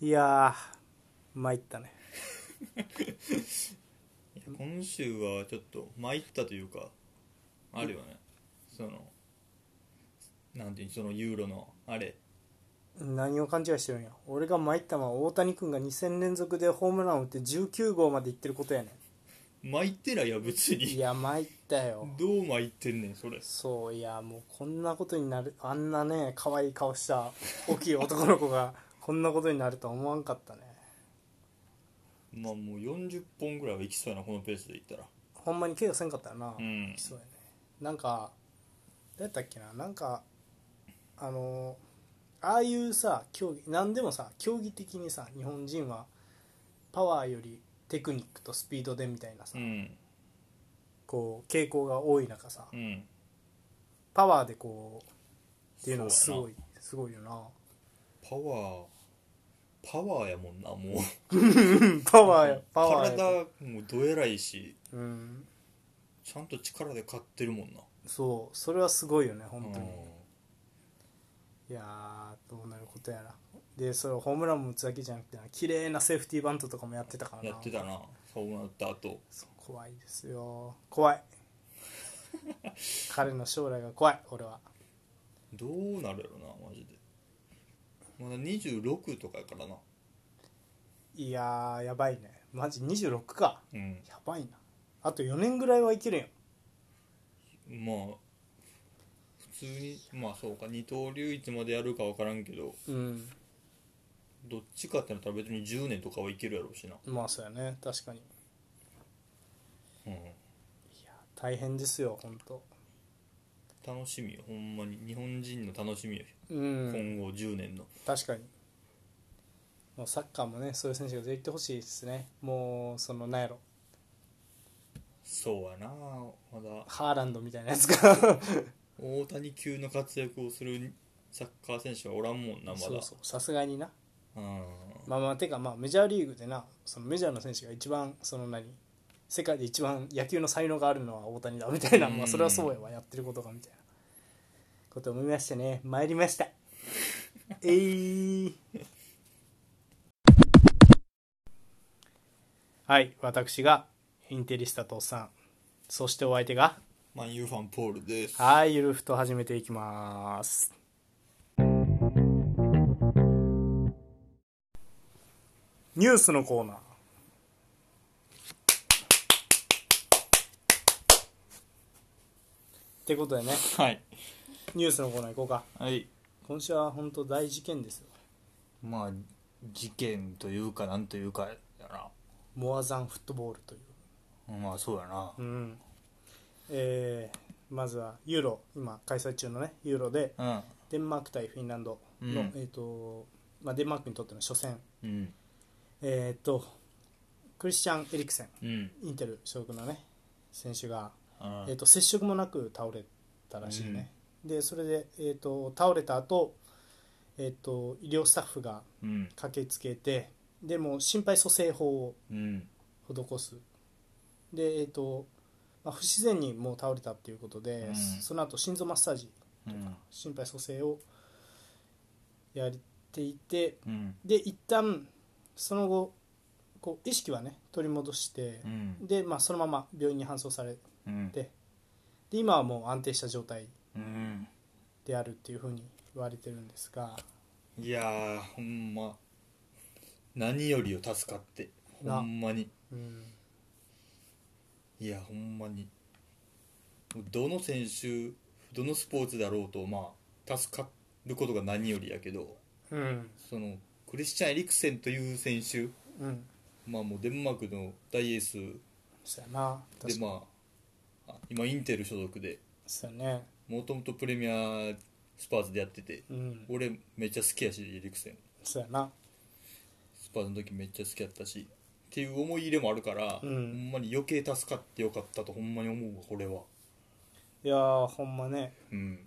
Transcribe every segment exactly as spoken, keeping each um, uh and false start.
いやー参ったね。 いや今週はちょっと参ったというかあるよね。そのなんていうそのユーロのあれ何を勘違いしてるんや。俺が参ったのは大谷君がに戦連続でホームランを打ってじゅうきゅう号までいってることやね参ってないや別ん。いにや参ったよ。 どう参ってんねんそれ。 そういやもうこんなことになる、あんなね可愛い顔した大きい男の子がこんなことになるとは思わんかったね。 まあもうよんじゅっぽんぐらいはいきそうやなこのペースでいったら。 ほんまに怪我せんかったよな。 うんそうやね。なんかどうやったっけな、なんかあのああいうさ競技何でもさ競技的にさ日本人はパワーよりテクニックとスピードでみたいなさ、 うんこう傾向が多い中さ、 うんパワーでこうっていうのはすそうやごいすごいよな。 パワーパワーやもんなもうパワーやパワーや体もうどえらいしうん、 ちゃんと力で勝ってるもんな。 そうそれはすごいよね本当に。 うんいやーどうなることやら。でそれホームランも打つだけじゃなくて綺麗なセーフティーバントとかもやってたからな。 やってたな。そうなった後そう怖いですよ怖い彼の将来が怖い俺は。 どうなるやろなマジで。まだにじゅうろくとかやからな。 いやーやばいねマジにじゅうろくか。 うんやばいな。あとよねんぐらいはいけるやん。 まあ普通にまあそうか二刀流いつまでやるか分からんけどうんどっちかってなったら別にじゅうねんとかはいけるやろうしな。 まあそうやね確かに。いうんや大変ですよ本当。 楽しみよほんまに日本人の楽しみよ、 うん今後じゅうねんの。 確かに。もうサッカーもねそういう選手が出てきてほしいですね。もうそのなんやろそうやなまだハーランドみたいなやつが大谷級の活躍をするサッカー選手はおらんもんなまだ。 そうそうさすがにな。 うんまあまあてかまあメジャーリーグでなそのメジャーの選手が一番その何世界で一番野球の才能があるのは大谷だみたいな、まあそれはそうやわやってることがみたいなことを思いましてね参りましたえーはい私がインテリスタとさん、そしてお相手がマンユーファンポールです。 はいゆるふと始めていきます。ニュースのコーナーってことでね、 はいニュースのコーナー行こうか。 はい今週は本当大事件ですよ。 まあ事件というかなんというかやな。 モアザンフットボールという、 まあそうやな。 うんえー、まずはユーロ今開催中のねユーロでうんデンマーク対フィンランドの、 うんえーとまあ、デンマークにとっての初戦、 うんえー、とクリスチャン・エリクセンうんインテル所属のね選手が、 あえー、と接触もなく倒れたらしいね、でそれで、えー、と倒れた後、えー、と医療スタッフがうん駆けつけてでも心肺蘇生法をうん施すで、えーとまあ、不自然にもう倒れたっていうことで、 うんその後心臓マッサージうん心肺蘇生をやっていてうんで一旦その後こう意識はね取り戻してう、んで、まあ、そのまま病院に搬送されうんてで今はもう安定した状態うんであるっていうふうに言われてるんですが、 いやーほんま何よりよ助かってほなんまにうんいやほんまにどの選手どのスポーツだろうとまあ助かることが何よりやけどうんそのクリスチャン・エリクセンという選手うんまあもうデンマークの大エースそうやなで確かに、 まああ今インテル所属でそうやねもともとプレミアスパーズでやっててうん俺めっちゃ好きやしエリクセンそうやなスパーズの時めっちゃ好きやったしっていう思い入れもあるから、 うんほんまに余計助かってよかったとほんまに思うわこれは。 いやーほんまねうん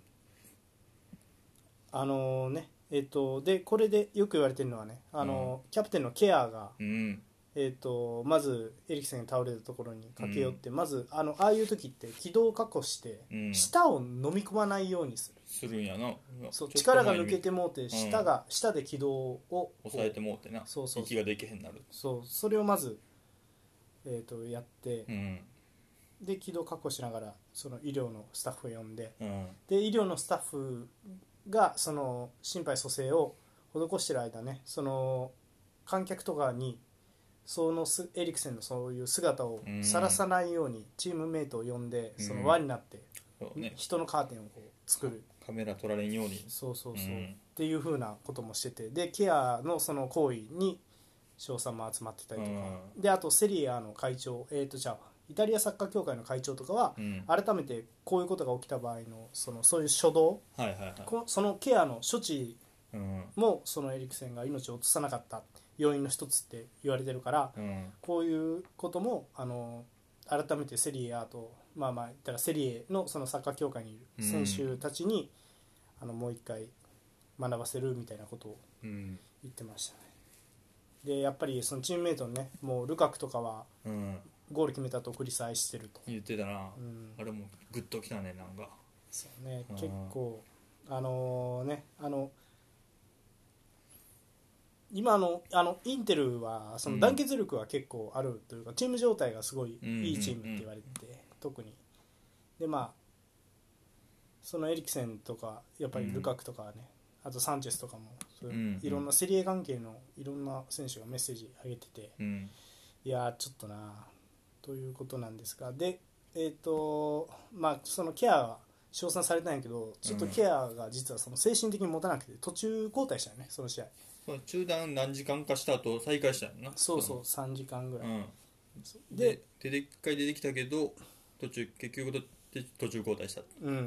あのねえっ、とでこれでよく言われてるのはねあの、キャプテンのケアが、 うんえー、とまずエリクセンが倒れたところに駆け寄って、まずあのああいう時って軌道を確保して、 うん舌を飲み込まないようにするするんやな。 そう力が抜けてもうて下が、うん、下で軌道を抑えてもうてな、 そうそうそう息ができへんなる。 そうそれをまず、えー、とやって、 うん、 で軌道確保しながらその医療のスタッフを呼んで、 うん、 で医療のスタッフがその心肺蘇生を施している間ね、その観客とかにそのエリクセンのそういう姿を晒さないようにチームメイトを呼んで、その輪になって人のカーテンをこう作る、 カメラ撮られんように、 そうそうそう、 うん、 っていう風なこともしてて、でケアのその行為に賞賛も集まってたりとか、うん、であとセリアの会長、えーとじゃあイタリアサッカー協会の会長とかは、うん、改めてこういうことが起きた場合のそのそういう初動、 はいはいはい、 そのケアの処置もそのエリクセンが命を落とさなかった要因の一つって言われてるから、うん、こういうこともあの改めてセリエ A とまあまあ言ったらセリエのそのサッカー協会にいる選手たちに、うん、あのもう一回学ばせるみたいなことを言ってましたね。でやっぱりそのチームメイトのね、もうルカクとかはゴール決めたと送り返してると言ってたな、うん、あれもグッときたね、なんかそうね、結構あのー、ねあの今のあのインテルはその団結力は結構あるというか、うん、チーム状態がすごいいいチームって言われてて、うんうんうん、特にでまあそのエリクセンとかやっぱりルカクとかね、うん、あとサンチェスとかもそういう、うんうん、いろんなセリエ関係のいろんな選手がメッセージ上げてて、うん、いやちょっとなということなんですが、でえっ、ー、とまあそのケアは称賛されたんやけど、ちょっとケアが実はその精神的に持たなくて途中交代したよね、その試合。 中断何時間かした後再開したよな。 そうそう、さんじかんぐらい、うん、 でででいっかい出てきたけど途中結局で途中交代した。うん、うん、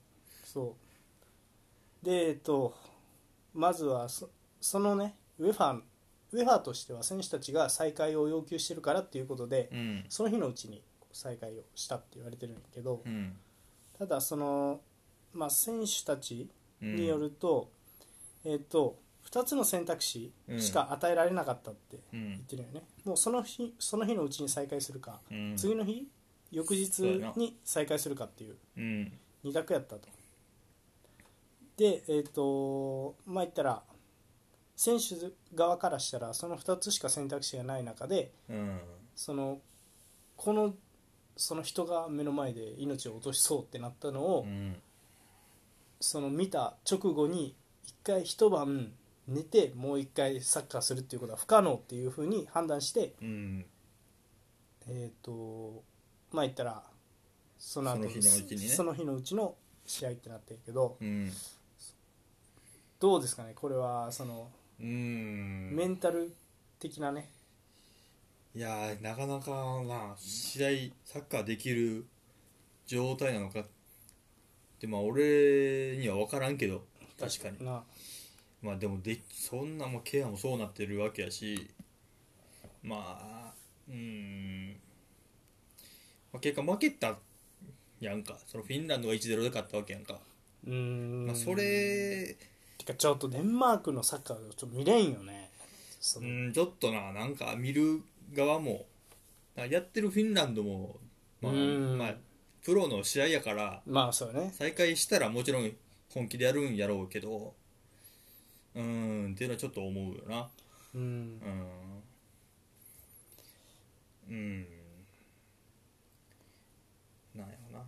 そうでえっとまずは そ, そのねウェファーウェファーとしては選手たちが再開を要求してるからっていうことで、うん、その日のうちに再開をしたって言われてるんだけど、うん、ただその、まあ、選手たちによると、うん、えっとふたつの選択肢しか与えられなかったって言ってるよね、うん、もうその日その日のうちに再開するか、うん、次の日翌日に再開するかっていうに択やったと。でえっとまあ言ったら選手側からしたらそのふたつしか選択肢がない中で、うん、そのこのその人が目の前で命を落としそうってなったのを、うん、その見た直後に一回一晩寝てもう一回サッカーするっていうことは不可能っていうふうに判断して、うん、えっとまあ言ったらその後その日のうちにね、 その日のうちの試合ってなってるけど、うん、どうですかねこれはそのうーんメンタル的なね。 いやなかなかな試合サッカーできる状態なのかってまあ俺には分からんけど、確かにな、まあでもでそんなもうケアもそうなってるわけやし、まあうーん、まあ、結果負けたやんか、そのフィンランドが いちたいゼロ で勝ったわけやんか。うーん、まあ、それてかちょっとデンマークのサッカーちょっと見れんよね。 うんちょっとな、なんか見る側もやってるフィンランドも、まあ、まあプロの試合やからまあそうね、 再開したらもちろん本気でやるんやろうけど、うーんっていうのはちょっと思うよな。うんうんうんなんやろな。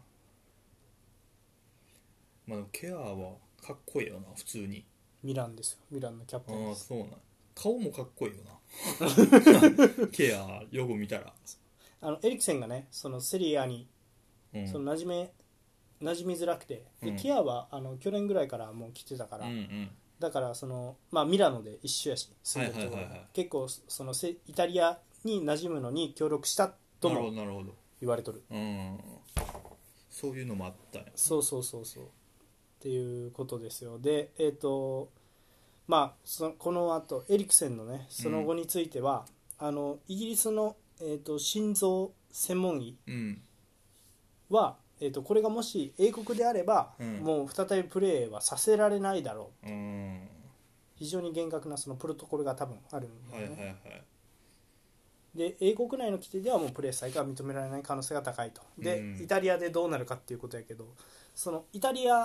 まあでもケアはかっこいいよな普通に。 ミランですよ、ミランのキャプテンです。 ああそうなん、顔もかっこいいよなケアよく見たらあのエリクセンがねそのセリアに、うん、その馴染め馴染みづらくてで、うん、ケアはあの去年ぐらいからもう来てたから、うんうん、だからその、まあ、ミラノで一緒やし住んでるところ、はいはいはいはい、結構そのイタリアに馴染むのに協力したとも言われとる。 うん、そういうのもあったよ。 そうそうそうそうっていうことですよ。でえっ、ー、とまあそのこの後エリクセンのねその後については、うん、あのイギリスの、えー、と心臓専門医は、うんえー、とこれがもし英国であれば、うん、もう再びプレーはさせられないだろう、うん、非常に厳格なそのプロトコルが多分あるんだよね、はいはいはい、で英国内の規定ではもうプレー再開が認められない可能性が高いと。で、うん、イタリアでどうなるかっていうことやけど、そのイタリア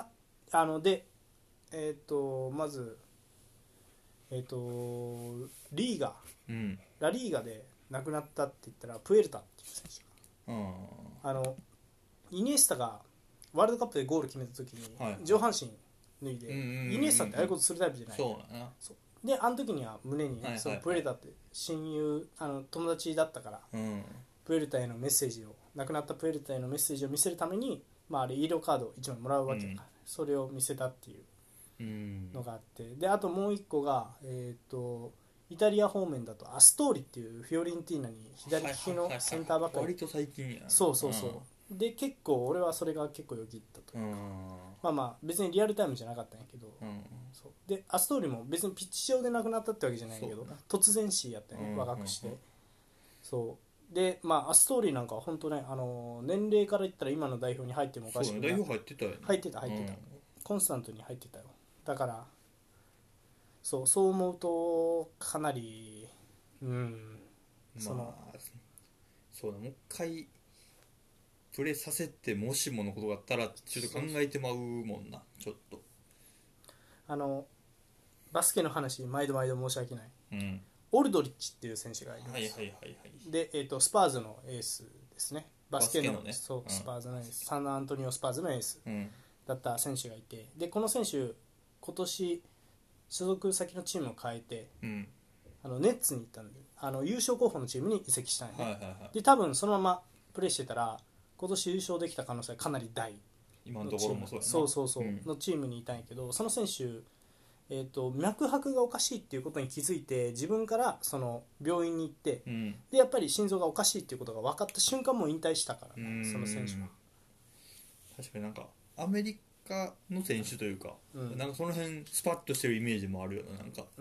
あのでえっ、とまずえっ、とリーガ、 うん、 ラリーガで亡くなったって言ったらプエルタっていう選手が、あのイニエスタがワールドカップでゴール決めた時に上半身脱いで、イニエスタってああいうことするタイプじゃない。 そうだな。 そうであの時には胸に、ね、はいはいはい、そのプエルタって親友あの友達だったから、うん、プエルタへのメッセージを亡くなったプエルタへのメッセージを見せるために、まあ、あれイエローカードをいちまいもらうわけだから、うん、それを見せたっていうのがあって、であともう一個が、えー、とイタリア方面だとアストーリっていうフィオレンティーナに左利きのセンターバック、 割と最近や。 そうそうそう、うん、で結構俺はそれが結構よぎったというか、うん、まあまあ別にリアルタイムじゃなかったんやけど、うん、そうでアストーリも別にピッチ上で亡くなったってわけじゃないけど、突然死やったよね、若くして、うんうんうん、そうでまあアストーリなんかは本当ね、あの年齢から言ったら今の代表に入ってもおかしくない。 代表入ってたよね。 入ってた入ってた、うん、コンスタントに入ってたよ。だからそうそう思うとかなりうんその、まあ、 そうだもう一回プレーさせてもしものことがあったらちょっと考えてまうもんな。ちょっとあのバスケの話毎度毎度申し訳ない、 うん、 オルドリッチっていう選手がいるんです、 はいはいはいはい、 で、えーと、スパーズのエースですね。バスケ の, バスケのね、 そう、 うん、 スパーズのエース、サンアントニオスパーズのエースだった選手がいて、でこの選手今年所属先のチームを変えて、 うん、 あのネッツに行ったんで、あの優勝候補のチームに移籍したんで、 はいはいはい、 で多分そのままプレーしてたら今年優勝できた可能性はかなり大今のところもそうやな、 そうそうそう、うん、のチームにいたんやけど、その選手、えーと、脈拍がおかしいっていうことに気づいて自分からその病院に行って、 うん、 でやっぱり心臓がおかしいっていうことが分かった瞬間もう引退したからね、その選手は。 確かになんかアメリカの選手というか、うん、なんかその辺スパッとしてるイメージもあるよな、なんか、うん、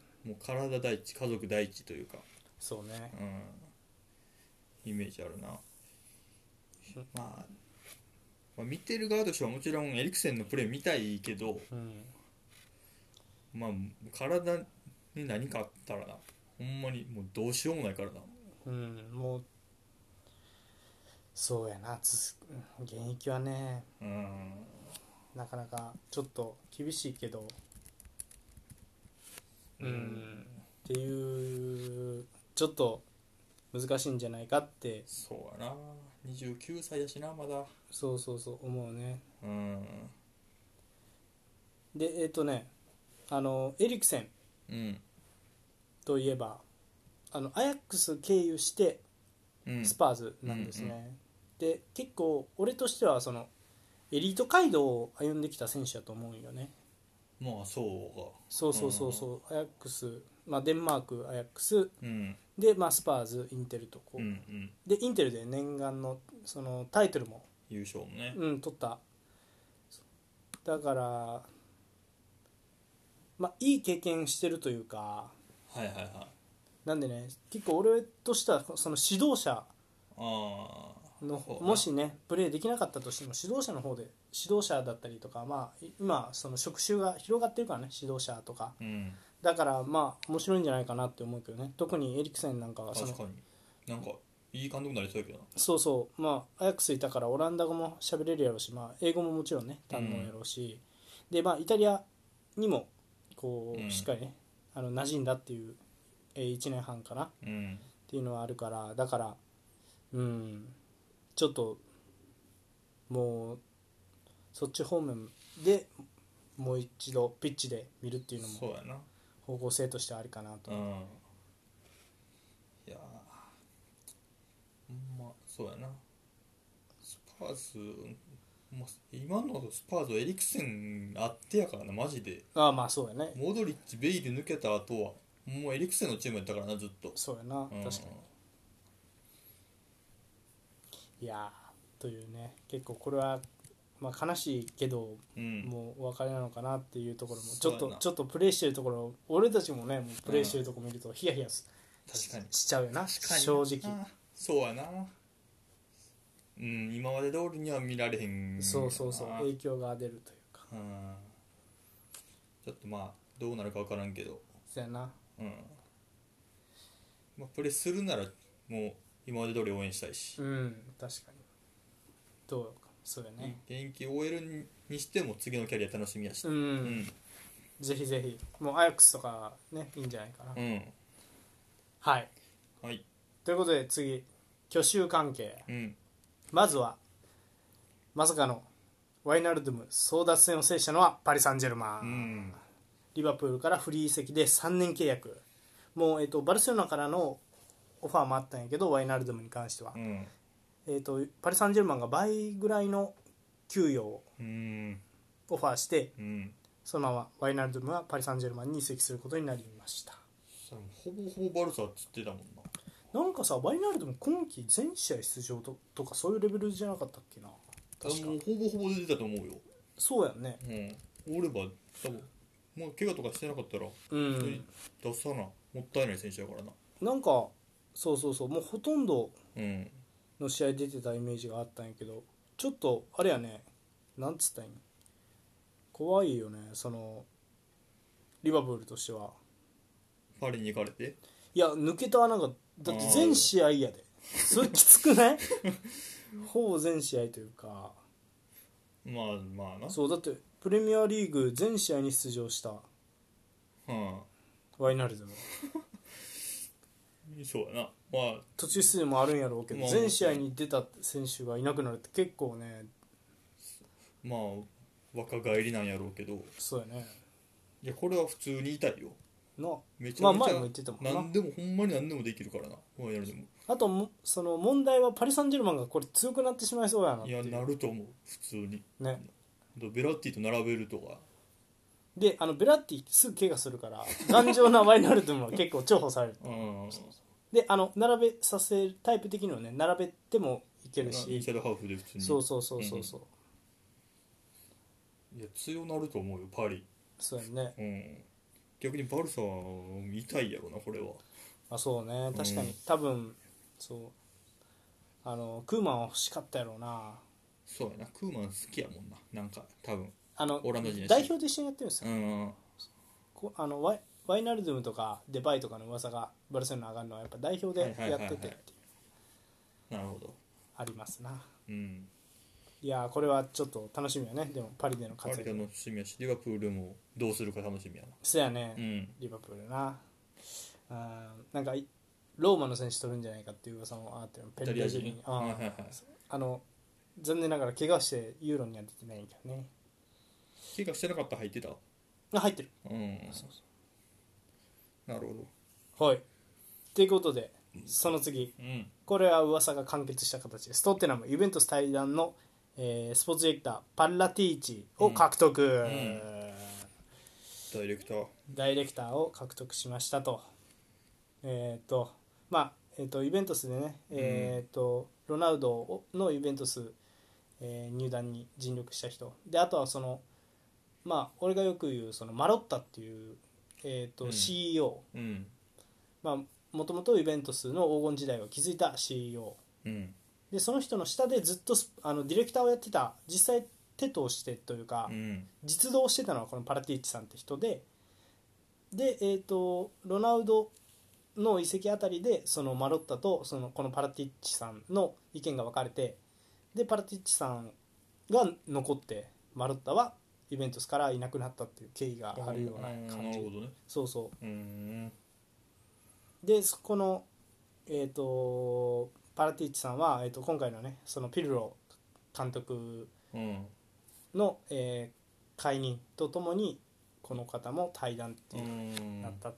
もう体第一家族第一というか、 そうね、 うん、イメージあるな、うん、まあ、まあ見てる側としてはもちろんエリクセンのプレー見たいけど、うん、まあ体に何かあったらなほんまにもうどうしようもないからな、 うん、もうそうやな、現役はね、うん、なかなかちょっと厳しいけど、うん、うん、っていうちょっと難しいんじゃないかって。 そうやな、にじゅうきゅうさいやしなまだ。 そうそうそう思うね、 うん、 でえっ、ー、とねあのエリクセンといえば、うん、あのアヤックス経由してスパーズなんですね、うんうんうん、で結構俺としてはそのエリート街道を歩んできた選手だと思うんよね。 まあそうか、 そうそうそうそう、うん、アヤックス、まあ、デンマークアヤックス、 うん、 で、まあ、スパーズインテルとこう、 うんうん、 でインテルで念願のそのタイトルも優勝もね、 うん、取った。だからまあいい経験してるというか、 はいはいはい、 なんでね結構俺としてはその指導者のもしねプレーできなかったとしても指導者の方で指導者だったりとか、まあ今その職種が広がってるからね指導者とか、 うん、 だからまあ面白いんじゃないかなって思うけどね。特にエリクセンなんかはその確かになんかいい監督になりそうやけどな。 そうそうまあアヤックスいたからオランダ語も喋れるやろうし、まあ、英語ももちろんね堪能やろうし、うん、でまあイタリアにもこう、うん、しっかりねあの馴染んだっていう、えー、いちねんはんかな、 うん、 っていうのはあるから、だからうんちょっともうそっち方面でもう一度ピッチで見るっていうのもそうやな方向性としてありかなと、うん、いやほんまそうやな。スパーズ今のスパーズエリクセンあってやからなマジで。 ああまあそうやね。 モドリッチベイル抜けた後はもうエリクセンのチームやったからなずっと。 そうやな、うん、確かに。いやというね結構これはまあ悲しいけど、うん、もうお別れなのかなっていうところもちょっとちょっとプレイしてるところ俺たちもねもうプレイしてるところ見るとヒヤヒヤす、 うん、確かにしちゃうよな正直。 そうやな、うん、今まで通りには見られへん。 そうそうそう影響が出るというか、 うん、ちょっとまあどうなるか分からんけどそうやな、 うんまあ、プレーするならもう今まで通り応援したいし、 うん確かにどうかそうやね現役 オーエル ににしても次のキャリア楽しみやし、 うん、 うん、 ぜひぜひもうアヤックスとかねいいんじゃないかな、 うん、 はい、 はい、 ということで次去就関係、 うん、 まずはまさかのワイナルドゥム争奪戦を制したのはパリ・サンジェルマン、 うん、 リバプールからフリー移籍でさんねん契約、もう、えー、とバルセロナからのオファーもあったんやけどワイナルドゥムに関しては、 うん、 えー、とパリ・サンジェルマンが倍ぐらいの給与をうん、 オファーして、 うん、 そのままワイナルドゥムはパリ・サンジェルマンに移籍することになりました。 ほぼほぼバルサっつってたもんな。 なんかさワイナルドゥム今季全試合出場 と, とかそういうレベルじゃなかったっけな。確かもうほぼほぼ出てたと思うよ。 そうやね、 うん、おれば多分まあ怪我とかしてなかったら、 うん、 出さなもったいない選手だからな。 なんかそうそうそうもうほとんどうんの試合出てたイメージがあったんやけど、ちょっとあれやね、なんつったらいいん、怖いよねそのリバプールとしては。 パリに行かれていや抜けた穴がだって全試合やで、それきつくないほぼ全試合というか、 まあまあな。 そうだってプレミアリーグ全試合に出場したはあ、 ワイナルドゥムそうやな。まあ途中出場もあるんやろうけど、 まあ全試合に出た選手がいなくなるって結構ね。 まあ若返りなんやろうけど、 そうやね。 いやこれは普通に痛いよなめちゃめちゃ、 まあ前も言ってたもんな。 何でもほんまに何でもできるからなワイナルドゥム。 あともその問題はパリ・サンジェルマンがこれ強くなってしまいそうやなっていう。 いやなると思う普通にね。 ベラッティと並べるとかであのベラッティすぐ怪我するから頑丈なワイナルドゥムは結構重宝されるうんであの並べさせるタイプ的にはね並べてもいけるし、 インサイドハーフで普通にそうそうそうそうそう、 うん、いや強なると思うよパリ。 そうやね、 うん、逆にバルサは痛いやろなこれは。 あそうね確かに、 うん、 多分そうあのクーマンは欲しかったやろうな。 そうやなクーマン好きやもんななんか多分あのオランダ人やし代表で一緒にやってるんですよ、 うんこあのワイワイナルドゥムとかデパイとかの噂がバルセロナ上がるのはやっぱ代表でやっててっていう、 なるほど。 ありますな。 うん、 いやこれはちょっと楽しみやね。でもパリでのパリで活躍楽しみやしリバプールもどうするか楽しみやな。 そうやね、 うん、 リバプールなあなんかローマの選手取るんじゃないかっていう噂もあってペルデジュリにあ、 はいはいはい、 あの残念ながら怪我してユーロには出てないんだよね。 怪我してなかったら入ってた。 あ入ってる。 うんそうそなるほうはいということでその次、 ど。うんこれは噂が完結した形です。トッテナムユベントス対談の、えースポーツディレクターパッラティーチを獲得、 うん、ダイレクターダイレクターを獲得しましたと。えっ、ー、とまあえっ、ー、とユベントスでね、えっ、ー、とロナウドのユベントス、えー入団に尽力した人で、あとはそのまあ俺がよく言うそのマロッタっていう、えーとうんシーイーオー、 うんまあもともとユベントスの黄金時代を築いた シーイーオーうんで、その人の下でずっとあのディレクターをやってた、実際手としてというか、 うん実動してたのはこのパラティッチさんって人で、で、えー、とロナウドの移籍あたりでそのマロッタとそのこのパラティッチさんの意見が分かれて、でパラティッチさんが残ってマロッタはユベントスからいなくなったっていう経緯があるような感じ。 なるほどね。 そうそううんでこの、えー、とパラティッチさんは、えー、と今回のねそのピルロ監督うんの、えー解任とともにこの方も退団っていう風になったと。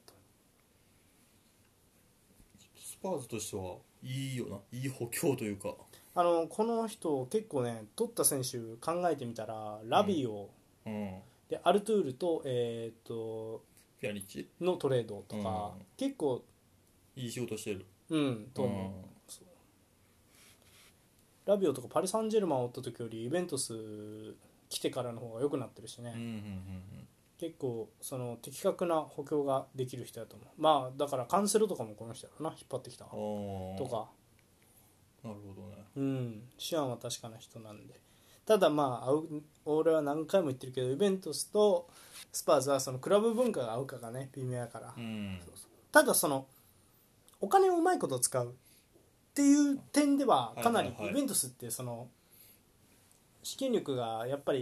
スパーズとしてはいいよないい補強というか。 あのこの人結構ね取った選手考えてみたらラビオ、 うんでアルトゥールと,、えー、とピアニッチのトレードとか、 うん結構いい仕事してる。 うんと思う、 うんそうラビオとかパリ・サンジェルマンを追った時よりイベントス来てからの方が良くなってるしね、 うんうん結構その的確な補強ができる人だと思う。まあだからカンセロとかもこの人やろな引っ張ってきたうんうん。 とか、 なるほどね。 うんシアンは確かな人なんで。ただまあ合う俺は何回も言ってるけどイベントスとスパーズはそのクラブ文化が合うかがね微妙やから、 うんただそのお金をうまいこと使うっていう点ではかなりはいはいはいイベントスってその資金力がやっぱり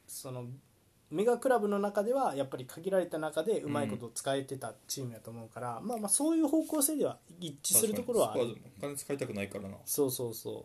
そのメガクラブの中ではやっぱり限られた中でうまいこと使えてたチームやと思うから、うん、まあまあそういう方向性では一致するところはある。 スパーズもお金使いたくないからな。 そうそうそう、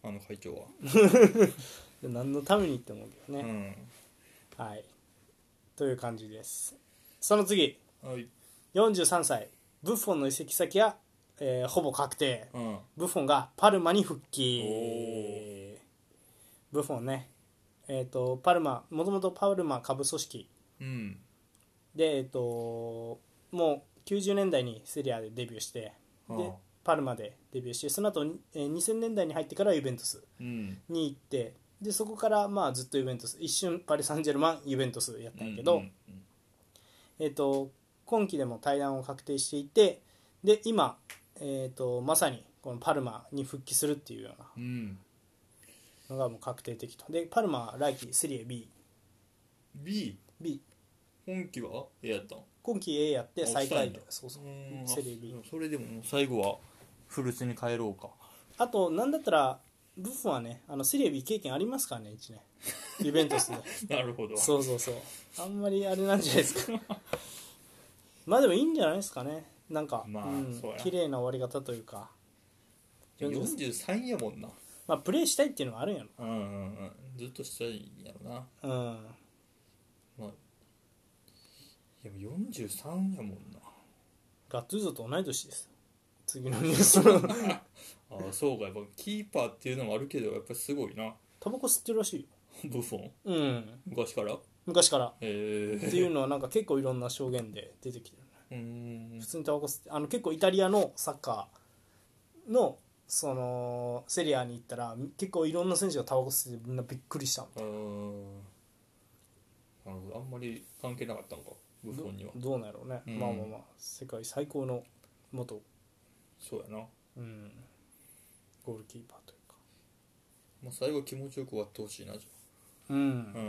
あの会長は何のためにって思うけどね、うん、はいという感じです。その次、 はい、 よんじゅうさんさいブッフォンの移籍先は、えー、ほぼ確定、 うん、 ブッフォンがパルマに復帰。ブッフォンね、えー、とパルマもともとパルマ下部組織、 うん、 で、えー、ともうきゅうじゅうねんだいにセリアでデビューして、 はあ、 でパルマでデビューして、その後、えー、にせんねんだいに入ってからユベントスに行って、うん、でそこからまあずっとユベントス、一瞬パリ・サンジェルマンユベントスやったんやけど、うんうんうん、えー、と今季でも退団を確定していて、で今、えー、とまさにこのパルマに復帰するっていうような、うんのがもう確定的と。でパルマは来季セリエ B B B 今季は A やったん？ 今季 A やって最下位で、そうそうセリエ B。 それでも最後は古巣に帰ろうか。 あとなんだったらブッフォンはね、あのセリエ B 経験ありますからね、いちねんユベントスでなるほど。 そうそうそう、あんまりあれなんじゃないですかまあでもいいんじゃないですかね、なんか、まあ、うん、綺麗な終わり方というか。 よんじゅうさんやもんな。 まあプレーしたいっていうのはあるんやろ、 うんうんうん、ずっとしたいんやろな。うん、まあいやよんじゅうさんやもんな。 ガッツーゾと同い年です、次のニュースのああそうか、やっぱキーパーっていうのもあるけどやっぱりすごいな。 タバコ吸ってるらしいよブフォン、 うん、 昔から昔から、 えー、 っていうのはなんか結構いろんな証言で出てきてるね。うーん、普通にタバコ吸って、あの結構イタリアのサッカーのそのセリアに行ったら結構いろんな選手がタバコ吸っててみんなびっくりしたみたいな。なるほど、あんまり関係なかったのかブフォンには。 ど, どうなんやろうね、うん、まあまあまあ世界最高の元、 そうやな、 うん、ゴールキーパーというか、 まあ、最後気持ちよく終わってほしいなじゃあ、 うん、うん、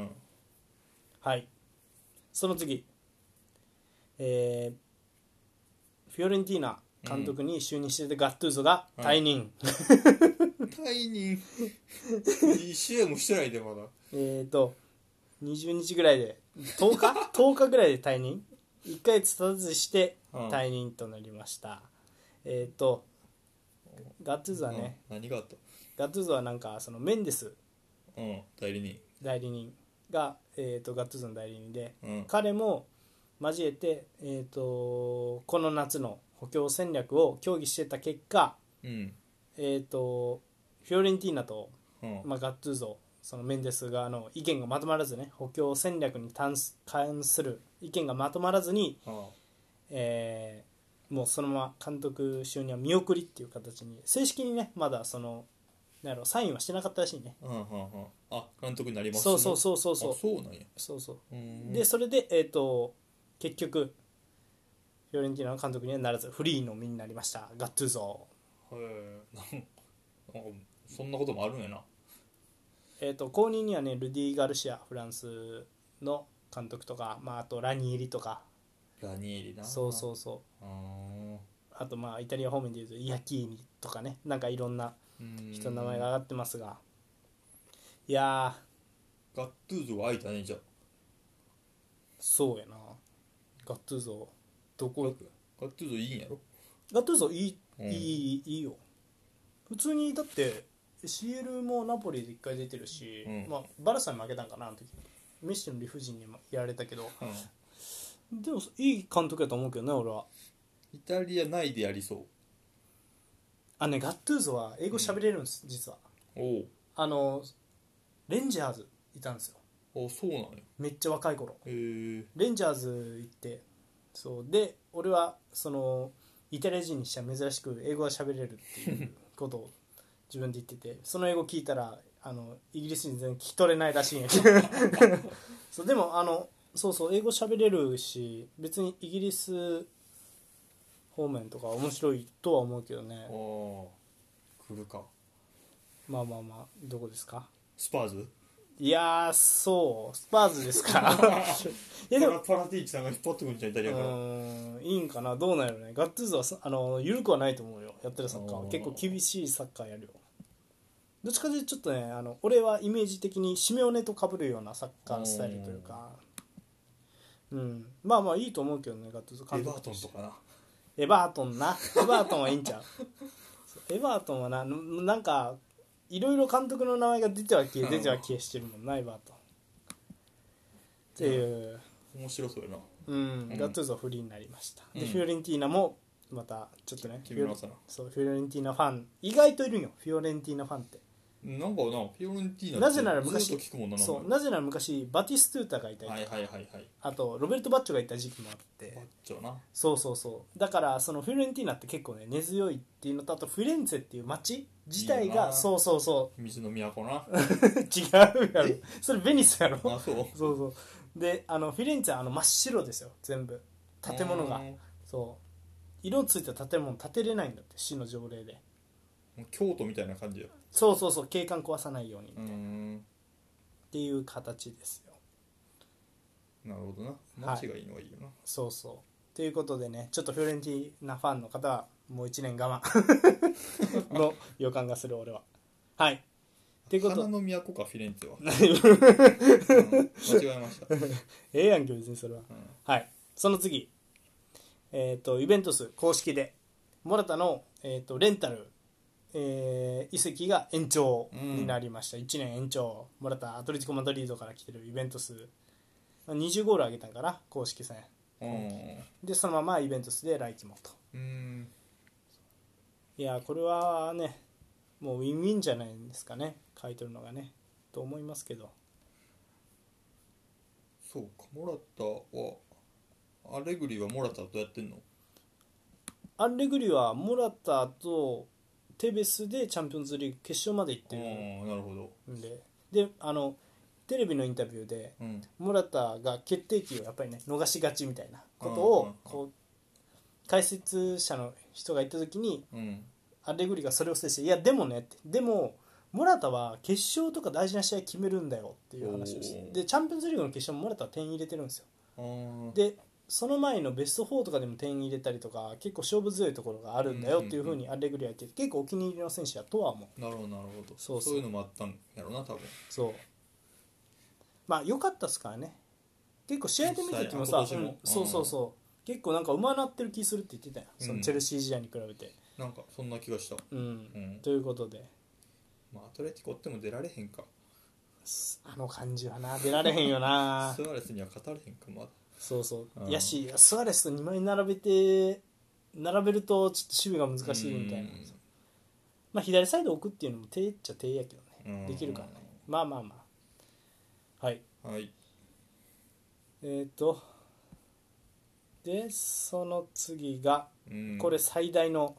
はい。その次、えー、フィオレンティーナ監督に就任していたガットゥーゾが退任、うん、 退任いち試合もしてないでまだえーとにじゅうにちぐらいでとおかとおかぐらいで退任、いっかげつ経たずして退任となりました、うん、えーとガットゥーゾはね、 うん、何があった？ ガットゥーゾはなんかそのメンデス、 うん、代理人代理人が、えーとガットゥーゾの代理人で、 うん、彼も交えて、えーとこの夏の補強戦略を協議してた結果、うん、えーとフィオレンティーナと、うんまあ、ガットゥーゾ、そのメンデス側の意見がまとまらずね、補強戦略に関する意見がまとまらずに、うんえー、もうそのまま監督就任は見送りっていう形に、正式にねまだそのなんやろサインはしてなかったらしいね、 うんうんうん、あ監督になりますね。 そうそうそうそうそう、 あそうなんや、 そうそう、でそれで、えーと結局フィオレンティーナの監督にはならずフリーの身になりましたガットゥーゾ。 へえ、なんかそんなこともあるんやな。 えーと後任にはねルディ・ガルシアフランスの監督とか、まあ、あとラニエリとか、 ラニエリな、 そうそうそう、あ, あとまあイタリア方面でいうとイアキーニとかね、なんかいろんな人の名前が上がってますが、いやーガットゥーゾが空いたね。じゃあそうやな、ガットゥーゾどこガットゥーゾいいんやろ。 ガットゥーゾいい、うん、いいいいよ普通に。だって シーエル もナポリでいっかい出てるし、うんまあ、バルサに負けたんかなあの時、メッシの理不尽にやられたけど、うん、でもいい監督やと思うけどね俺は。 イタリア内でやりそう。 あねガットゥーゾは英語喋れるんです、うん、実は。おあのレンジャーズいたんですよ。 あそうなんや。 めっちゃ若い頃。 へーレンジャーズ行ってそうで俺はそのイタリア人にしては珍しく英語が喋れるっていうことを自分で言ってて、その英語聞いたらあのイギリス人全然聞き取れないらしいんやけどそうでもあのそうそう英語喋れるし別にイギリス方面とか面白いとは思うけどね。 あ来るか。 まあまあまあどこですか？ スパーズ？ いやーそうスパーズですかいやでもパラティーチさんが引っ張ってくるんじゃんイタリアから。うーんいいんかな、どうなんやろね。ガッツーズはあの緩くはないと思うよ、やってるサッカーは結構厳しいサッカーやるよ。 どっちかというとちょっとねあの俺はイメージ的にシメオネと被るようなサッカースタイルというか、うん、まあまあいいと思うけどねガッツーズ監督としてエバートンとかなエバートンなエバートンはいいんちゃうエバートンはななんかいろいろ監督の名前が出ては消え出ては消えしてるもんなエバートンっていう、 面白そうやな、 うん、ガッツーズはフリーになりました、うん、でフィオレンティーナもまたちょっとね決めますなそうフィオレンティーナファン意外といるよフィオレンティーナファンってなんかなフィオレンティーナなぜなら昔ずっと聞くもんなそうなぜなら昔バティストゥータがいたりとか、 はいはいはいはいあとロベルト・バッチョがいた時期もあってバッチョなそうそうそうだからそのフィオレンティーナって結構ね根強いっていうのとあとフィレンツェっていう街自体がそうそうそう水の都な違うやろそれベニスやろあそうそうそうであのフィレンツェはあの真っ白ですよ全部建物がそう色ついた建物建てれないんだって市の条例で京都みたいな感じよそうそうそう景観壊さないようにみたいなうんっていう形ですよなるほどな街がいいのはいいよな、 はい、そうそうということでねちょっとフィオレンティーナファンの方はもういちねん我慢の予感がする俺ははいっていうこと花の都かフィレンツェは、うん、間違えましたええやんけ別にそれは、うん、はいその次えっ、ー、とイベントス公式でモラタの、えー、とレンタル、えー、移籍が延長になりました、うん、いちねん延長モラタアトレティコマドリードから来てるイベントスにじゅうゴール上げたんかな公式戦、うん、でそのままイベントスで来季もと、うん、いやこれはねもうウィンウィンじゃないんですかね買い取るのがねと思いますけどそうかモラタはアレグリはモラタとやってんのアレグリはモラタとテベスでチャンピオンズリーグ決勝まで行ってるなるほどでであのテレビのインタビューで、うん、モラタが決定機をやっぱりね逃しがちみたいなことをこう解説者の人が言った時に、うん、アレグリがそれを制していやでもねってでもモラタは決勝とか大事な試合決めるんだよっていう話をしてでチャンピオンズリーグの決勝もモラタは点入れてるんですよでその前のベストよんとかでも点入れたりとか結構勝負強いところがあるんだよっていう風にアレグリは言ってて結構お気に入りの選手だとは思うなるほどなるほどそうそうそういうのもあったんやろうな多分そうまあ良かったっすからね結構試合で見た時もさ、うん、そうそうそう結構なんか上手なってる気するって言ってたよ、うん、そのチェルシー時代に比べてなんかそんな気がした、 うんうん、ということでまあアトレティコっても出られへんかあの感じはな出られへんよなスアレスには勝たれへんかまだそうそうやしスアレスとにまい並べて並べるとちょっと守備が難しいみたいなまあ左サイド置くっていうのも手っちゃ手やけどねできるからねまあまあまあはい、 はい、 えっ、ー、とでその次がこれ最大の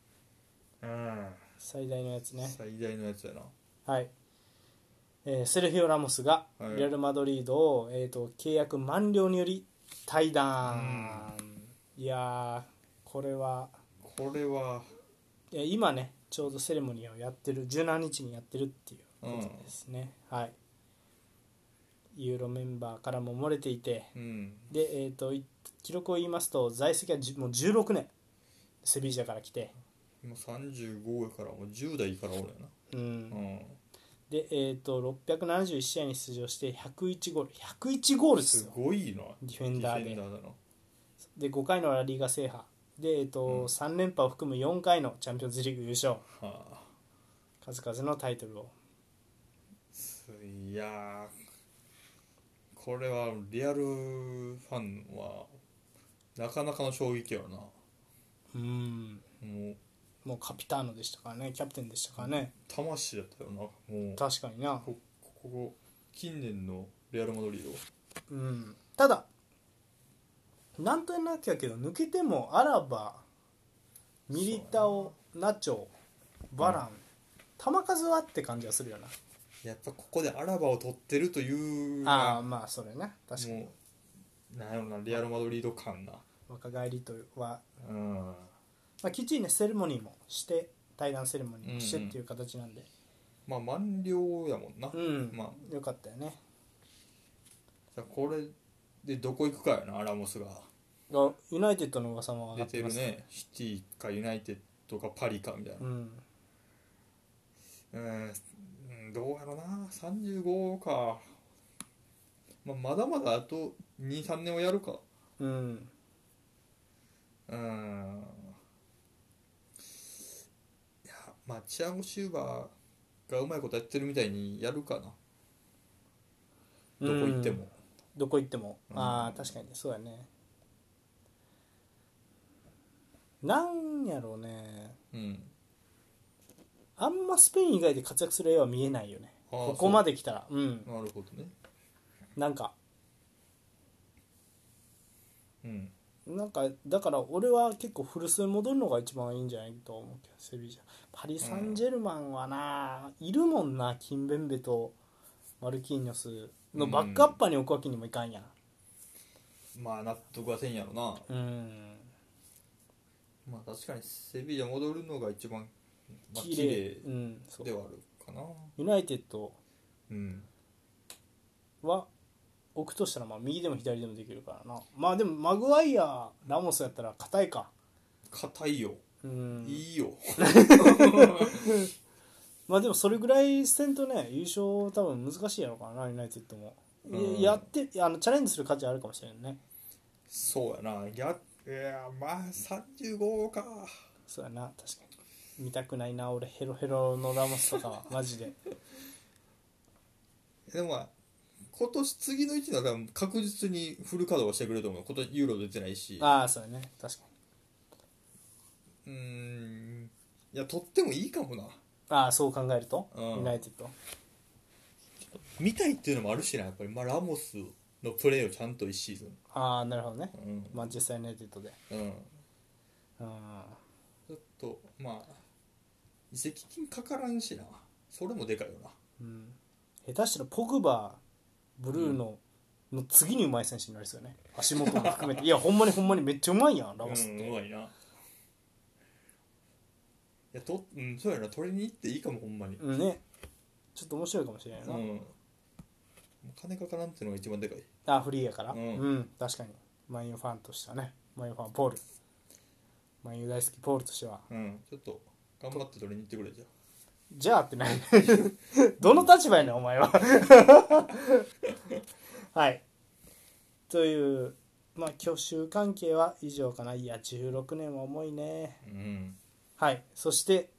最大のやつね最大のやつやなはい、えー、セルヒオ・ラモスがレアル・マドリードを、はいえー、と契約満了により退団いやこれはこれはいや今ねちょうどセレモニーをやってるじゅうしちにちにやってるっていうことですね、うん、はいユーロメンバーからも漏れていて、うん、で、えー、と記録を言いますと在籍はもうじゅうろくねんセビージャから来て今さんじゅうごやからもうじゅう代からおるやな、うんうん、 で、えー、とろっぴゃくななじゅういち試合に出場してひゃくいちゴールひゃくいちゴールですよすごいなディフェンダーでだなでごかいのラリーガ制覇で、えーとうん、さん連覇を含むよんかいのチャンピオンズリーグ優勝、はあ、数々のタイトルをいやこれはリアルファンはなかなかの衝撃やなうんもうもうカピターノでしたからねキャプテンでしたからね魂だったよなもう確かになこここ近年のレアルマドリードうんただなんとなくやけど抜けてもアラバミリタオナチョバラン、うん、球数はって感じはするよなやっぱここでアラバを取ってるというああまあそれね確かにもうなんやろなレアルマドリード感な若返りとは、うんまあ、きっちりねセレモニーもして対談セレモニーもしてっていう形なんで、 うんうん、まあ満了やもんな、 うんまあ、 よかったよねじゃこれでどこ行くかやなアラモスがユナイテッドの噂も上がってます出てるねシティかユナイテッドかパリかみたいな、うん、えー、 んどうやろなさんじゅうごか、まあ、まだまだあと にさんねんはやるか。 うんうーんいやまあチアゴ・シューバーがうまいことやってるみたいにやるかな、どこ行っても、 どこ行っても、 うんああ確かにそうやね。なんやろうね、 うんあんまスペイン以外で活躍する絵は見えないよね、 あーここまで来たら。うんなるほどね。 なんかうんなんかだから俺は結構古巣に戻るのが一番いいんじゃないと思うけど、セビージャパリ・サンジェルマンはな、いるもんな、キンベンベとマルキーニョスのバックアッパーに置くわけにもいかんやん。 まあ納得はせんやろな。 うんまあ確かにセビージャ戻るのが一番、まあ、 綺綺麗、う麗ん、そうではあるかな。 ユナイテッドうんは置くとしたらまあ右でも左でもできるからな。まあでもマグワイアラモスやったら硬いか。 硬いよ、 うんいいよまあでもそれぐらいせんとね優勝多分難しいやろうからな、ユナイテッドも、 うんやってあのチャレンジする価値あるかもしれないね。 そうやな、やいやまあさんじゅうごか。 そうやな、確かに見たくないな俺、ヘロヘロのラモスとかはマジででもまあ今年次のいち年は確実にフル稼働はしてくれると思う。今年ユーロ出てないし、 ああそうやね、確かに。 うーんいや取ってもいいかもな。 ああそう考えると、 うんユナイテッド見たいっていうのもあるしな、やっぱり、まあ、ラモスのプレーをちゃんといちシーズン、 ああなるほどね、 うんマンチェスターユナイテッドで、 うん、 うんちょっとまあ移籍金かからんしな、それもでかいよな。 うん、下手したらポグバブルーノの次にうまい選手になりそうよね、足元も含めていやほんまにほんまにめっちゃうまいやんラモスって、 うん、うまいな。いやと、うん、そうやな、取りに行っていいかもほんまに。 うんね、ちょっと面白いかもしれないな、 うん、金かからんっていうのが一番でかい。 あフリーやから、 ううんん確かにマンユーファンとしてはね、マンユーファンポール、マンユー大好きポールとしては、 うんちょっと頑張って取りに行ってくれじゃじゃあってないどの立場やねんお前ははいという、まあ去就関係は以上かな。いやじゅうろくねんは重いね。 あ。うんはい、そして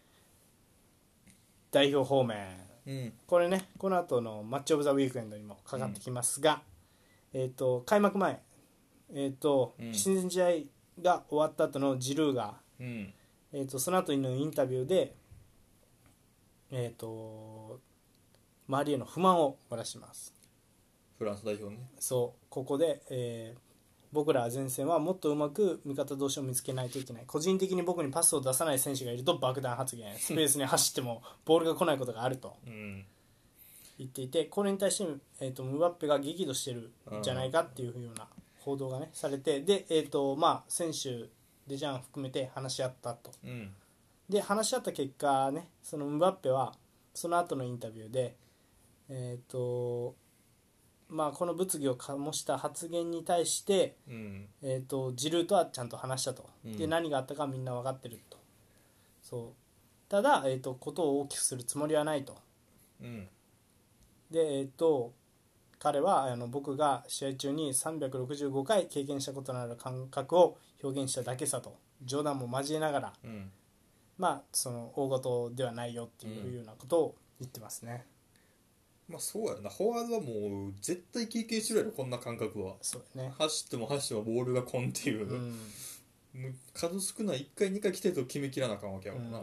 代表方面、 うんこれねこの後のマッチオブザウィークエンドにもかかってきますが、えっ、と開幕前えっ、とうん親善試合が終わった後のジルーが、 うんえー、とその後のインタビューでえっ、と周りへの不満を漏らします。 フランス代表ね。 そうここで、えー僕ら前線はもっとうまく味方同士を見つけないといけない、個人的に僕にパスを出さない選手がいると爆弾発言、スペースに走ってもボールが来ないことがあるとうん言っていて、これに対して、えー、とムバッペが激怒してるんじゃないかっていうような報道が、ね、されて、で、えーとまあ、選手デジャン含めて話し合ったと。 うんで話し合った結果ね、そのムバッペはその後のインタビューで、えーとまあ、この物議を醸した発言に対して、 うんえー、とジルーとはちゃんと話したと、 うんで何があったかみんな分かってると、そうただ、えー、とことを大きくするつもりはないと。 うんで、えー、と彼はあの僕が試合中にさんびゃくろくじゅうごかい経験したことのある感覚を表現しただけさと、冗談も交えながら、 うんまあその大事ではないよっていうようなことを言ってますね。 まあそうやな、フォワードはもう絶対経験してるやろこんな感覚は。 そうだね、 走っても走ってもボールがこんっていう、 うんもう数少ないいっかいにかい来てると決めきらなあかんわけやもんな、 うん、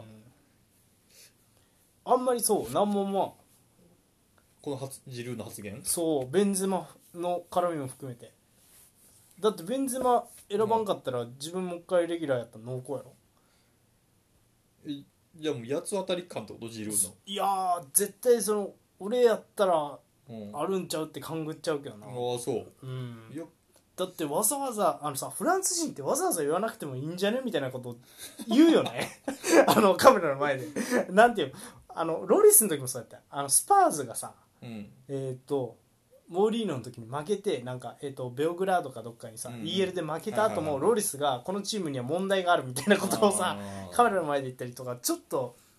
あんまりそうなんもまあこの発ジルーの発言。 そうベンゼマの絡みも含めて、だってベンゼマ選ばんかったら自分もう一回レギュラーやったら濃厚やろ。 えじゃあもう八つ当たり感ってことジルーの。 いやー絶対その俺やったらうん、ああるんちゃうって勘ぐっちゃうけどな。 あそう。 うんいやだってわざわざあのさフランス人ってわざわざ言わなくてもいいんじゃねみたいなこと言うよねあのカメラの前でなんていうあのロリスの時もそうやったよ。あのスパーズがさうんえっ、とモーリーノの時に負けてなんか、えー、とベオグラードかどっかにさ、 うんイーエル で負けた後もはいはいはいロリスがこのチームには問題があるみたいなことをさあーカメラの前で言ったりとか、ちょっと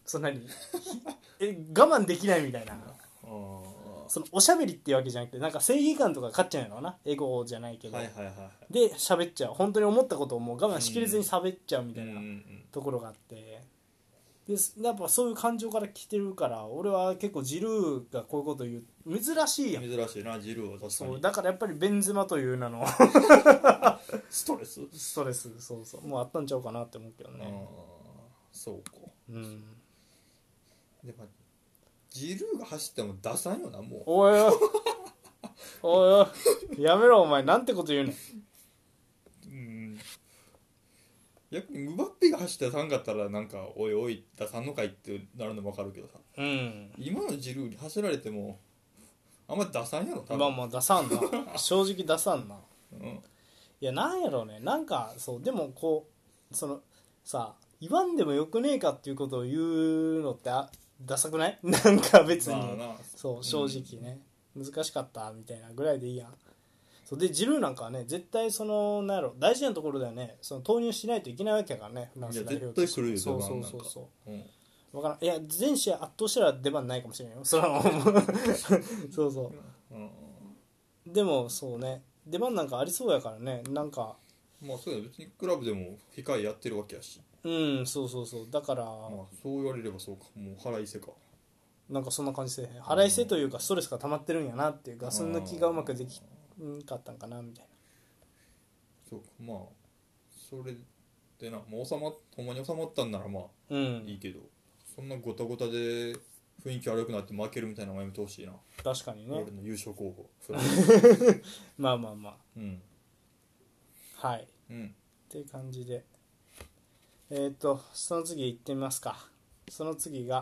そんなにえ我慢できないみたいな、 あそのおしゃべりっていうわけじゃなくてなんか正義感とか勝っちゃうのかな、エゴじゃないけど、 はいはいはいはいで喋っちゃう、本当に思ったことをもう我慢しきれずに喋っちゃうみたいなうんうんところがあって、でやっぱそういう感情から来てるから、俺は結構ジルーがこういうこと言う珍しいやん。 珍しいなジルーは確かに。 そうだからやっぱりベンゼマという名のストレスストレスそうそうもうあったんちゃうかなって思うけどあね。 あそうか。 うんでもジルーが走っても出さんよなもう。 おいおいおいおいやめろお前なんてこと言うねん。 うん逆にムバッペが走って出さんかったらなんかおいおい出さんのかいってなるのも分かるけどさ、 うん今のジルーに走られてもあんま出さんやろ多分。 まあまあ出さんな正直出さんな。 うんいやなんやろうね、なんかそうでもこうそのさ言わんでもよくねえかっていうことを言うのってあダサくないなんか別に、 まあなそう正直ね、難しかったみたいなぐらいでいいやん。そうでジルーなんかはね絶対そのなんやろ大事なところではねその投入しないといけないわけやからね、フランス代表として。 いや絶対来るよそう出番なんかそうそうそううん分からん、いや全試合圧倒したら出番ないかもしれないよそれはそうそうんうでもそうね出番なんかありそうやからね、なんかまあそうだよ別にクラブでも控えやってるわけやし、 うんそうそうそうだから、 まあそう言われればそうかもう払いせか。 なんかそんな感じで腹いせというかストレスが溜まってるんやなっていうガス抜きがうまくできんかったんかなみたいそうかまあそれでなもう収まっほんまに収まったんならまあな。うんいいけど、そんなゴタゴタで雰囲気悪くなって負けるみたいなのもやめてほしいな、 確かにね俺の優勝候補フランスまあまあまうんあはいっうんていう感じでえっ、とその次行ってみますか。その次が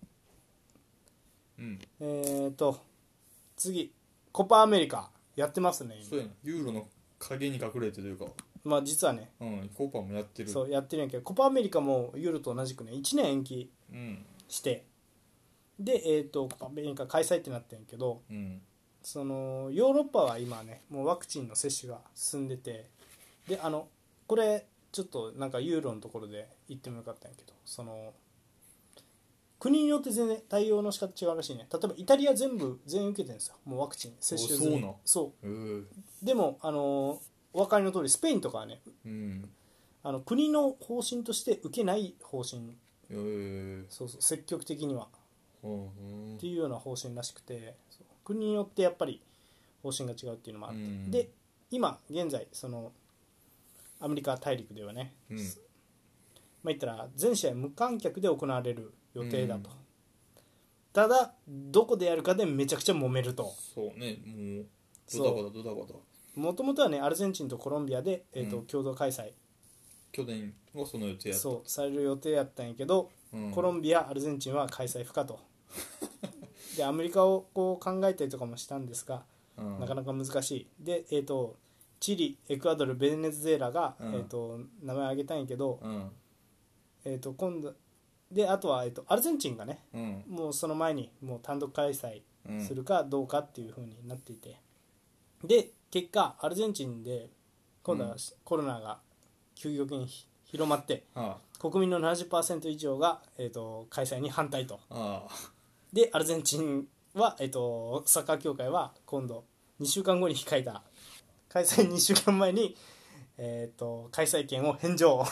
うんえっ、と次コパアメリカやってますね今。 そうやなユーロの影に隠れてというかまあ実はねうんコーパもやってるそうやってるんやけどコパアメリカもユーロと同じくねいちねん延期うんしてでえっ、とコパアメリカ開催ってなってるんやけど、 うんそのヨーロッパは今ねもうワクチンの接種が進んでて、であのこれちょっとなんかユーロのところで言ってもよかったんやけど、その国によって全然対応の仕方違うらしいね。例えばイタリア全部全員受けてるんですよもうワクチン接種済み。 そうなんそうへえでもあのお分かりの通りスペインとかはねうんあの国の方針として受けない方針、 へえそうそう積極的にはうんっていうような方針らしくて、そう国によってやっぱり方針が違うっていうのもあって、 うんで今現在そのアメリカ大陸ではね、 うんまあ言ったら全試合無観客で行われる予定だと、 うんただどこでやるかでめちゃくちゃ揉めると。 そうねもうドタバタドタバタもともとはねアルゼンチンとコロンビアで、えーとうん共同開催去年はその予定やったそうされる予定やったんやけど、 うんコロンビアアルゼンチンは開催不可とでアメリカをこう考えたりとかもしたんですが、 うんなかなか難しいで、えー、とチリエクアドルベネズエラが、 うんえー、と名前挙げたんやけど、 うんえー、と今度であとは、えー、とアルゼンチンがねうんもうその前にもう単独開催うんするかどうかっていう風になっていて、で結果アルゼンチンで今度はコロナが急激にひ広まってあ国民の ななじゅっパーセント 以上が、えー、と開催に反対と。 ああでアルゼンチンは、えー、とサッカー協会は今度にしゅうかんごに控えた開催にしゅうかんまえに、えー、と開催権を返上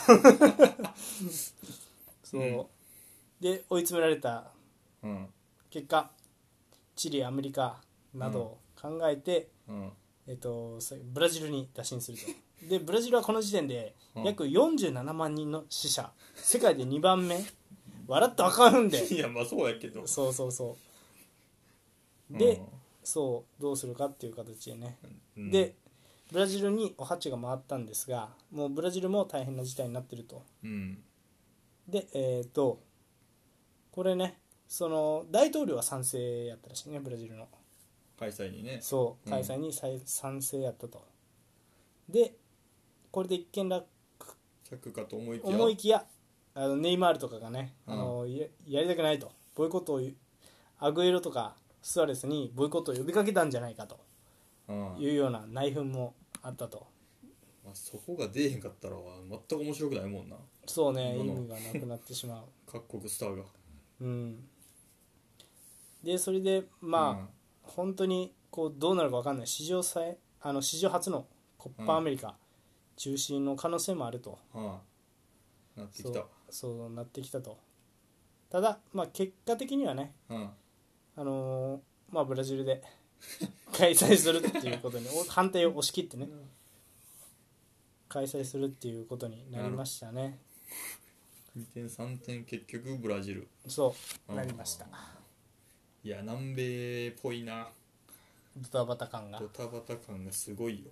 そう、 うんで追い詰められたうん結果チリアメリカなどを考えて、 うんえー、とブラジルに打診すると。でブラジルはこの時点でうん約よんじゅうななまん人の死者、世界でにばんめ、笑ってあかんでいやまあそうやけどそうそうそうで、 うんそうどうするかっていう形でね、 うんでブラジルにお鉢が回ったんですがもうブラジルも大変な事態になってると。 うんでえっ、とこれねその大統領は賛成やったらしいねブラジルの開催にねそう開催に賛賛成やったと。でこれで一見楽着かと思いきや思いきやあのネイマールとかがね、 うんあのややりたくないとボイコットをアグエロとかスアレスにボイコットを呼びかけたんじゃないかとうんいうような内紛もあったと。 まあ、そこが出えへんかったら全く面白くないもんなそうね意今の味がなくなってしまう各国スターがうんでそれでまあ、うん、本当にこうどうなるか分かんない史上さえあの史上初のコッパアメリカ中止の可能性もあると、 うんなってきた。 そう、そうなってきたと。ただ、まあ、結果的にはね、 うん、 あのー、まあブラジルで開催するっていうことに反対を押し切ってね、うん、開催するっていうことになりましたね。 にてんさんてん結局ブラジルそうなりました。 いや南米っぽいな。 ドタバタ感がドタバタ感がすごいよ。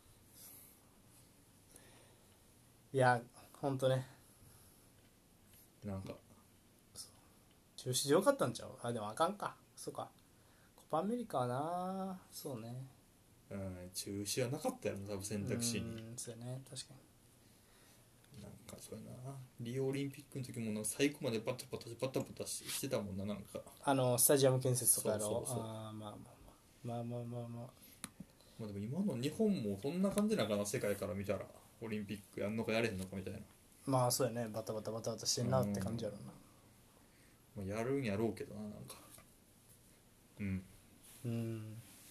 いやほんとねなんか中止でよかったんちゃう。あでもあかんか。そうかコパアメリカはな。そうねうん中止はなかったよ多分選択肢に。うんそうね確かになんかそうやなリオオリンピックの時も最後までバタバタバタバタしてたもんな。なんかあのスタジアム建設とかやろ。 そうそうそうあまあまあまあまあまあまあまあまあでも今の日本もそんな感じなのかな。世界から見たらオリンピックやんのかやれへんのかみたいな。 まあそうやねバタバタバタバタしてんなって感じやろうな。 まあ、やるんやろうけどななんかうんうん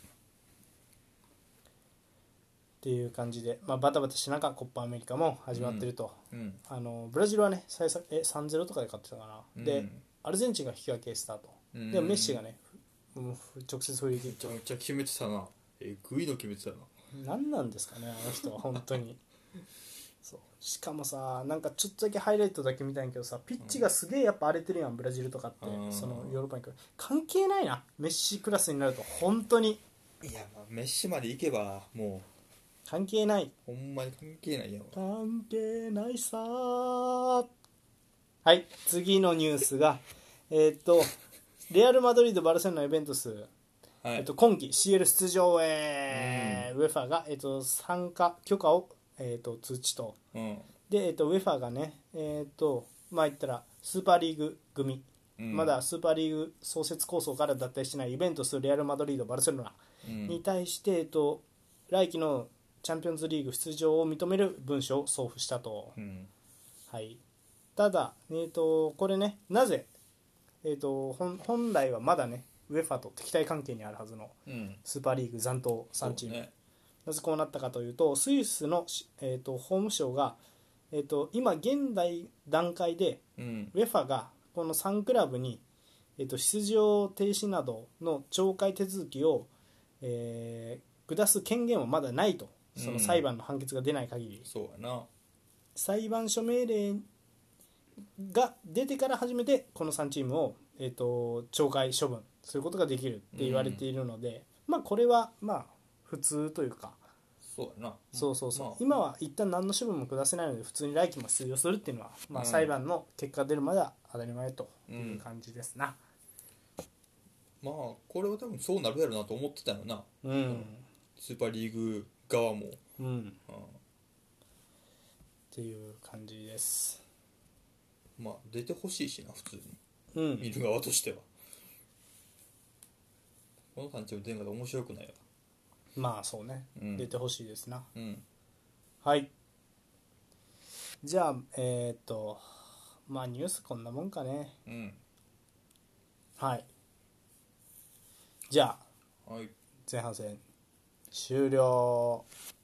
っていう感じで、まあ、バタバタしながらコッパアメリカも始まってると、 うんうん、 あのブラジルはね最初え さんたいゼロ とかで勝ってたかな、うん、でアルゼンチンが引き分けスタート、うん、でもメッシがね直接フリーキックめっちゃ決めてたな。えぐいの決めてたな。 何なんですかねあの人は本当にそうしかもさなんかちょっとだけハイライトだけ見たんやけどさピッチがすげえやっぱ荒れてるやんブラジルとかって、うん、そのヨーロッパに来る関係ないな。メッシクラスになると本当にいやまあメッシまで行けばもう関係ない。 ほんまに関係ないやん。 関係ないさー。はい次のニュースがえっとレアル・マドリード・バルセロナ・ユベントス、はいえっと、今季 シーエル 出場へ、うん、ウェファが、えっと、参加許可を、えっと、通知と、うん、で、えっと、ウェファがね、えっとまあ言ったらスーパーリーグ組、うん、まだスーパーリーグ創設構想から脱退してないユベントス、レアル・マドリード、バルセロナに対して、えっと、来季のチャンピオンズリーグ出場を認める文書を送付したと、うんはい、ただ、えー、とこれねなぜ、えー、と 本, 本来はまだねウェファと敵対関係にあるはずのスーパーリーグ残党さんチーム、ね、なぜこうなったかというとスイスの、えー、と法務省が、えー、と今現代段階で、うん、ウェファがこのさんクラブに、えー、と出場停止などの懲戒手続きを、えー、下す権限はまだないと。その裁判の判決が出ない限り、うん、 そうやな裁判所命令が出てから初めてこのさんチームを、えー、と懲戒処分することができるって言われているので、うん、まあこれはまあ普通というかそうやなそうそうそう、まあ、今は一旦何の処分も下せないので普通に来季も出場するっていうのは、まあ、裁判の結果が出るまでは当たり前という感じですな、 うん、まあこれは多分そうなるやろなと思ってたよな、うん、スーパーリーグ側も、うんうん、 っていう感じです。 まあ出てほしいしな普通に、うん、見る側としてはこの感じの電話で面白くないよ。 まあそうね、うん、出てほしいですな、 うん、 はいじゃあえっ、ー、とまあニュースこんなもんかね、うん、はいじゃあ、はい、前半戦終了。